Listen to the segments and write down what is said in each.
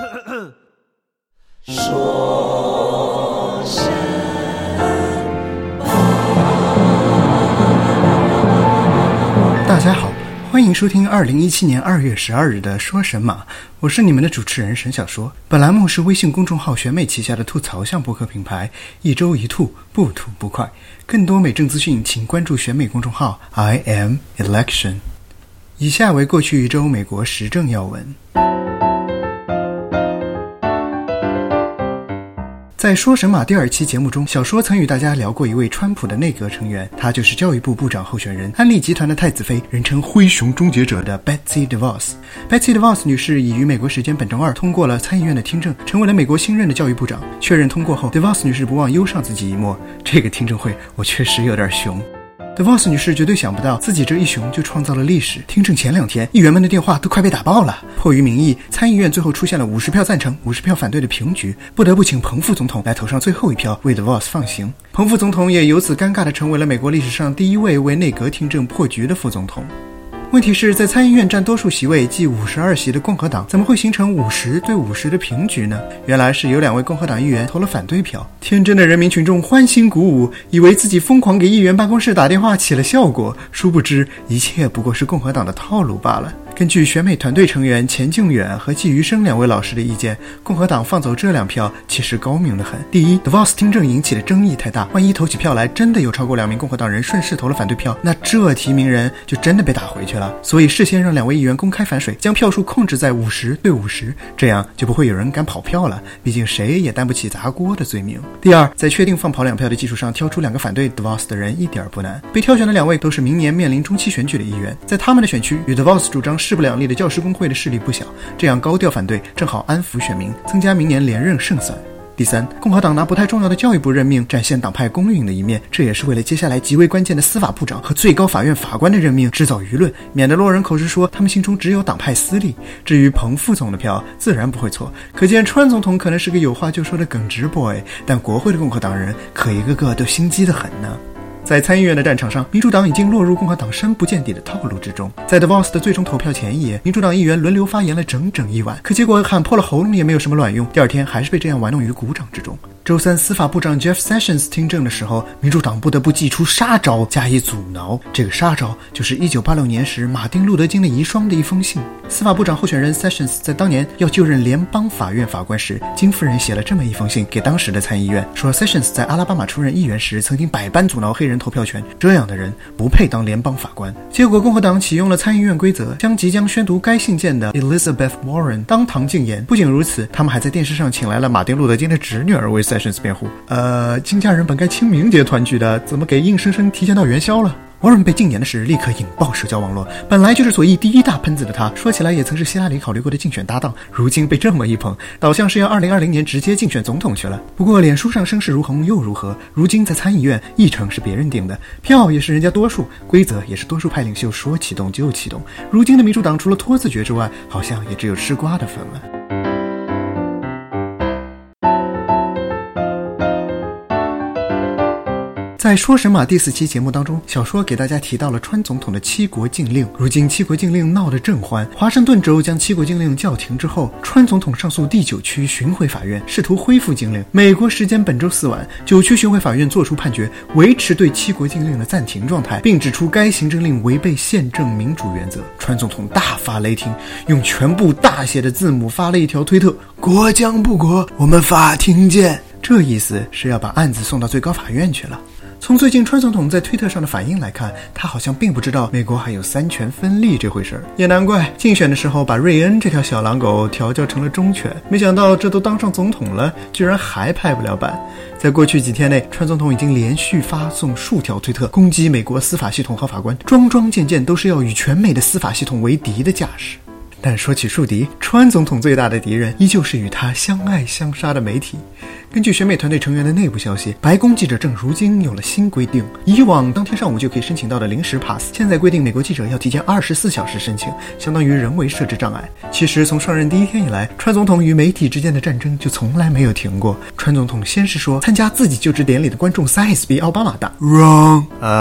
说声大家好，欢迎收听2017年2月12日的说神马，我是你们的主持人沈小说。本栏目是微信公众号选美旗下的吐槽向播客品牌，一周一吐，不吐不快。更多美政资讯请关注选美公众号 I am election。 以下为过去一周美国时政要闻。在说神马第2期节目中，小说曾与大家聊过一位川普的内阁成员，他就是教育部部长候选人安利集团的太子妃，人称灰熊终结者的 Betsy DeVos。Betsy DeVos 女士已于美国时间本周二通过了参议院的听证，成为了美国新任的教育部长。确认通过后， DeVos 女士不忘忧上自己一默，这个听证会我确实有点熊。DeVos 女士绝对想不到自己这一熊就创造了历史。听证前2天，议员们的电话都快被打爆了。迫于民意，参议院最后出现了50票赞成、50票反对的平局，不得不请彭副总统来投上最后一票，为 DeVos 放行。彭副总统也由此尴尬地成为了美国历史上第一位为内阁听证破局的副总统。问题是，在参议院占多数席位即52席的共和党怎么会形成50对50的平局呢？原来是有2位共和党议员投了反对票。天真的人民群众欢欣鼓舞，以为自己疯狂给议员办公室打电话起了效果，殊不知一切不过是共和党的套路罢了。根据选美团队成员钱敬远和季余生2位老师的意见，共和党放走这2票其实高明得很。第一， DeVos 听证引起的争议太大，万一投起票来真的有超过2名共和党人顺势投了反对票，那这提名人就真的被打回去了。所以事先让2位议员公开反水，将票数控制在50对50，这样就不会有人敢跑票了，毕竟谁也担不起砸锅的罪名。第二，在确定放跑2票的基础上挑出2个反对 DeVos 的人一点不难。被挑选的2位都是明年面临中期选举的议员，在他们的选区与 DeVos 主张势不两立的教师工会的势力不小，这样高调反对正好安抚选民，增加明年连任胜算。第三，共和党拿不太重要的教育部任命展现党派公允的一面，这也是为了接下来极为关键的司法部长和最高法院法官的任命制造舆论，免得落人口实说他们心中只有党派私利。至于彭副总的票自然不会错，可见川总统可能是个有话就说的耿直 boy， 但国会的共和党人可一个个都心机得很呢。在参议院的战场上，民主党已经落入共和党深不见底的套路之中。在 DeVos 的最终投票前一夜，民主党议员轮流发言了整整1晚，可结果喊破了喉咙也没有什么卵用，第2天还是被这样玩弄于股掌之中。周三，司法部长 Jeff Sessions 听证的时候，民主党不得不祭出杀招加以阻挠。这个杀招就是1986年时马丁·路德·金的遗孀的一封信。司法部长候选人 Sessions 在当年要就任联邦法院法官时，金夫人写了这么一封信给当时的参议院，说 Sessions 在阿拉巴马出任议员时曾经百般阻挠黑人投票权，这样的人不配当联邦法官。结果共和党启用了参议院规则，将即将宣读该信件的 Elizabeth Warren 当堂禁言。不仅如此，他们还在电视上请来了马丁·路德·金的侄女儿为 Sessions 辩护。金家人本该清明节团聚的，怎么给硬生生提前到元宵了？Warren 被禁言的事立刻引爆社交网络，本来就是左翼第一大喷子的他，说起来也曾是希拉里考虑过的竞选搭档，如今被这么一捧，倒像是要2020年直接竞选总统去了。不过脸书上声势如虹又如何，如今在参议院议程是别人定的，票也是人家多数，规则也是多数派领袖说启动就启动，如今的民主党除了拖字诀之外，好像也只有吃瓜的份了。在说神马第4期节目当中，小说给大家提到了川总统的7国禁令。如今7国禁令闹得正欢，华盛顿州将7国禁令叫停之后，川总统上诉第9区巡回法院试图恢复禁令。美国时间本周4晚，9区巡回法院作出判决，维持对7国禁令的暂停状态，并指出该行政令违背宪政民主原则。川总统大发雷霆，用全部大写的字母发了一条推特：国将不国，我们法庭见。这意思是要把案子送到最高法院去了。从最近川总统在推特上的反应来看，他好像并不知道美国还有3权分立这回事儿，也难怪竞选的时候把瑞恩这条小狼狗调教成了忠犬，没想到这都当上总统了，居然还拍不了板。在过去几天内，川总统已经连续发送数条推特攻击美国司法系统和法官，桩桩件件都是要与全美的司法系统为敌的架势。但说起树敌，川总统最大的敌人依旧是与他相爱相杀的媒体。根据选美团队成员的内部消息，白宫记者证如今有了新规定，以往当天上午就可以申请到的临时 pass， 现在规定美国记者要提前24小时申请，相当于人为设置障碍。其实从上任第1天以来，川总统与媒体之间的战争就从来没有停过。川总统先是说参加自己就职典礼的观众 size 比奥巴马大 ，wrong，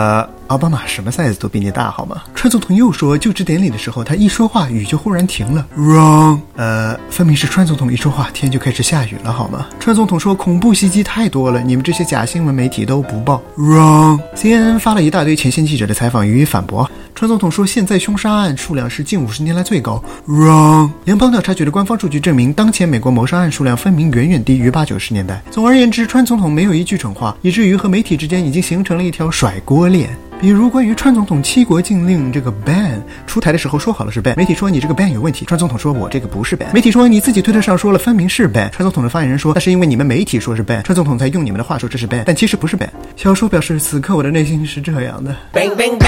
奥巴马什么 size 都比你大好吗？川总统又说，就职典礼的时候，他一说话雨就忽然停了。Wrong，分明是川总统一说话天就开始下雨了好吗？川总统说恐怖袭击太多了，你们这些假新闻媒体都不报。Wrong，CNN 发了一大堆前线记者的采访予以反驳。川总统说现在凶杀案数量是近50年来最高。Wrong， 联邦调查局的官方数据证明，当前美国谋杀案数量分明远远低于80、90年代。总而言之，川总统没有一句蠢话，以至于和媒体之间已经形成了一条甩锅链。比如关于川总统7国禁令这个 ban 出台的时候说好了是 ban， 媒体说你这个 ban 有问题，川总统说我这个不是 ban， 媒体说你自己推特上说了分明是 ban， 川总统的发言人说那是因为你们媒体说是 ban， 川总统才用你们的话说这是 ban， 但其实不是 ban。 小说表示此刻我的内心是这样的 bang bang bang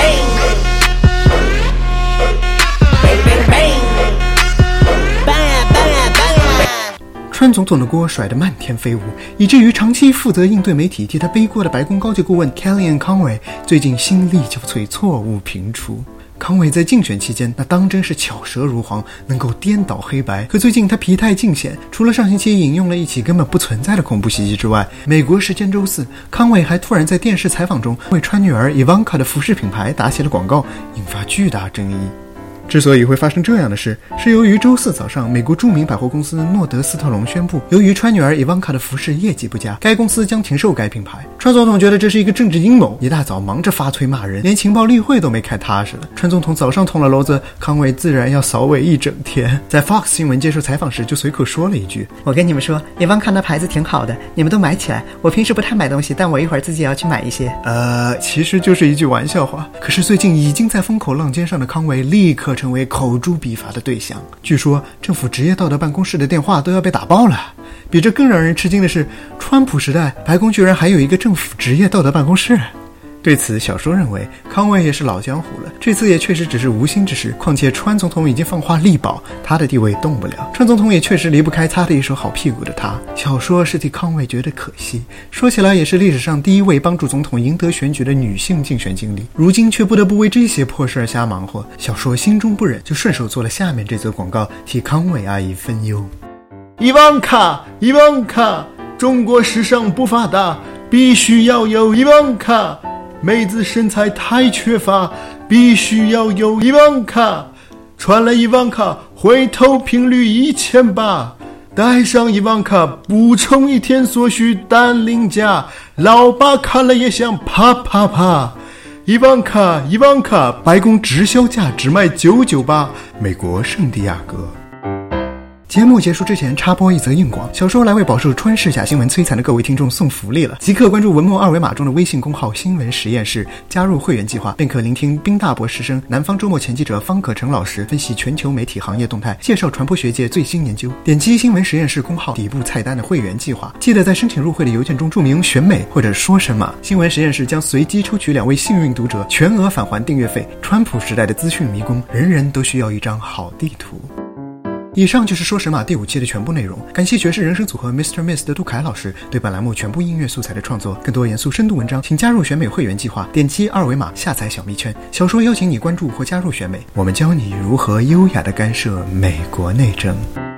川总统的锅甩得漫天飞舞，以至于长期负责应对媒体替他背锅的白宫高级顾问 Kellyanne Conway 最近心力交瘁，错误频出。康伟在竞选期间那当真是巧舌如簧，能够颠倒黑白。可最近他疲态尽显，除了上星期引用了一起根本不存在的恐怖袭击之外，美国时间周四，康伟还突然在电视采访中为川女儿 Ivanka 的服饰品牌打起了广告，引发巨大争议。之所以会发生这样的事，是由于周四早上，美国著名百货公司诺德斯特隆宣布，由于川女儿伊万卡的服饰业绩不佳，该公司将停售该品牌。川总统觉得这是一个政治阴谋，一大早忙着发催骂人，连情报例会都没开踏实了。川总统早上捅了娄子，康伟自然要扫尾一整天。在 Fox 新闻接受采访时，就随口说了一句：“我跟你们说，伊万卡那牌子挺好的，你们都买起来。我平时不太买东西，但我一会儿自己也要去买一些。”其实就是一句玩笑话。可是最近已经在风口浪尖上的康伟立刻成为口诛笔伐的对象，据说政府职业道德办公室的电话都要被打爆了。比这更让人吃惊的是，川普时代白宫居然还有一个政府职业道德办公室。对此，小说认为康伟也是老江湖了，这次也确实只是无心之失，况且川总统已经放话力保，他的地位动不了。川总统也确实离不开擦得一手好屁股的他。小说是替康伟觉得可惜，说起来也是历史上第一位帮助总统赢得选举的女性竞选经理，如今却不得不为这些破事瞎忙活。小说心中不忍，就顺手做了下面这则广告，替康伟阿姨分忧。伊万卡，中国时尚不发达，必须要有伊万卡。妹子身材太缺乏，必须要有伊万卡。穿了伊万卡，回头频率1800。带上伊万卡，补充一天所需单零价。老爸看了也想啪啪啪。伊万卡，白宫直销价只卖998，美国圣地亚哥。节目结束之前插播一则硬广，小说来为饱受川式假新闻摧残的各位听众送福利了，即刻关注文末二维码中的微信公号新闻实验室，加入会员计划，便可聆听宾大博士生、南方周末前记者方可成老师分析全球媒体行业动态，介绍传播学界最新研究。点击新闻实验室公号底部菜单的会员计划，记得在申请入会的邮件中注明选美或者说什么。新闻实验室将随机抽取2位幸运读者，全额返还订阅费。川普时代的资讯迷宫，人人都需要一张好地图。以上就是说神马第5期的全部内容，感谢爵士人生组合 Mr. Miss 的杜凯老师对本栏目全部音乐素材的创作。更多严肃深度文章请加入选美会员计划，点击二维码下载小蜜圈，小说邀请你关注或加入选美，我们教你如何优雅地干涉美国内政。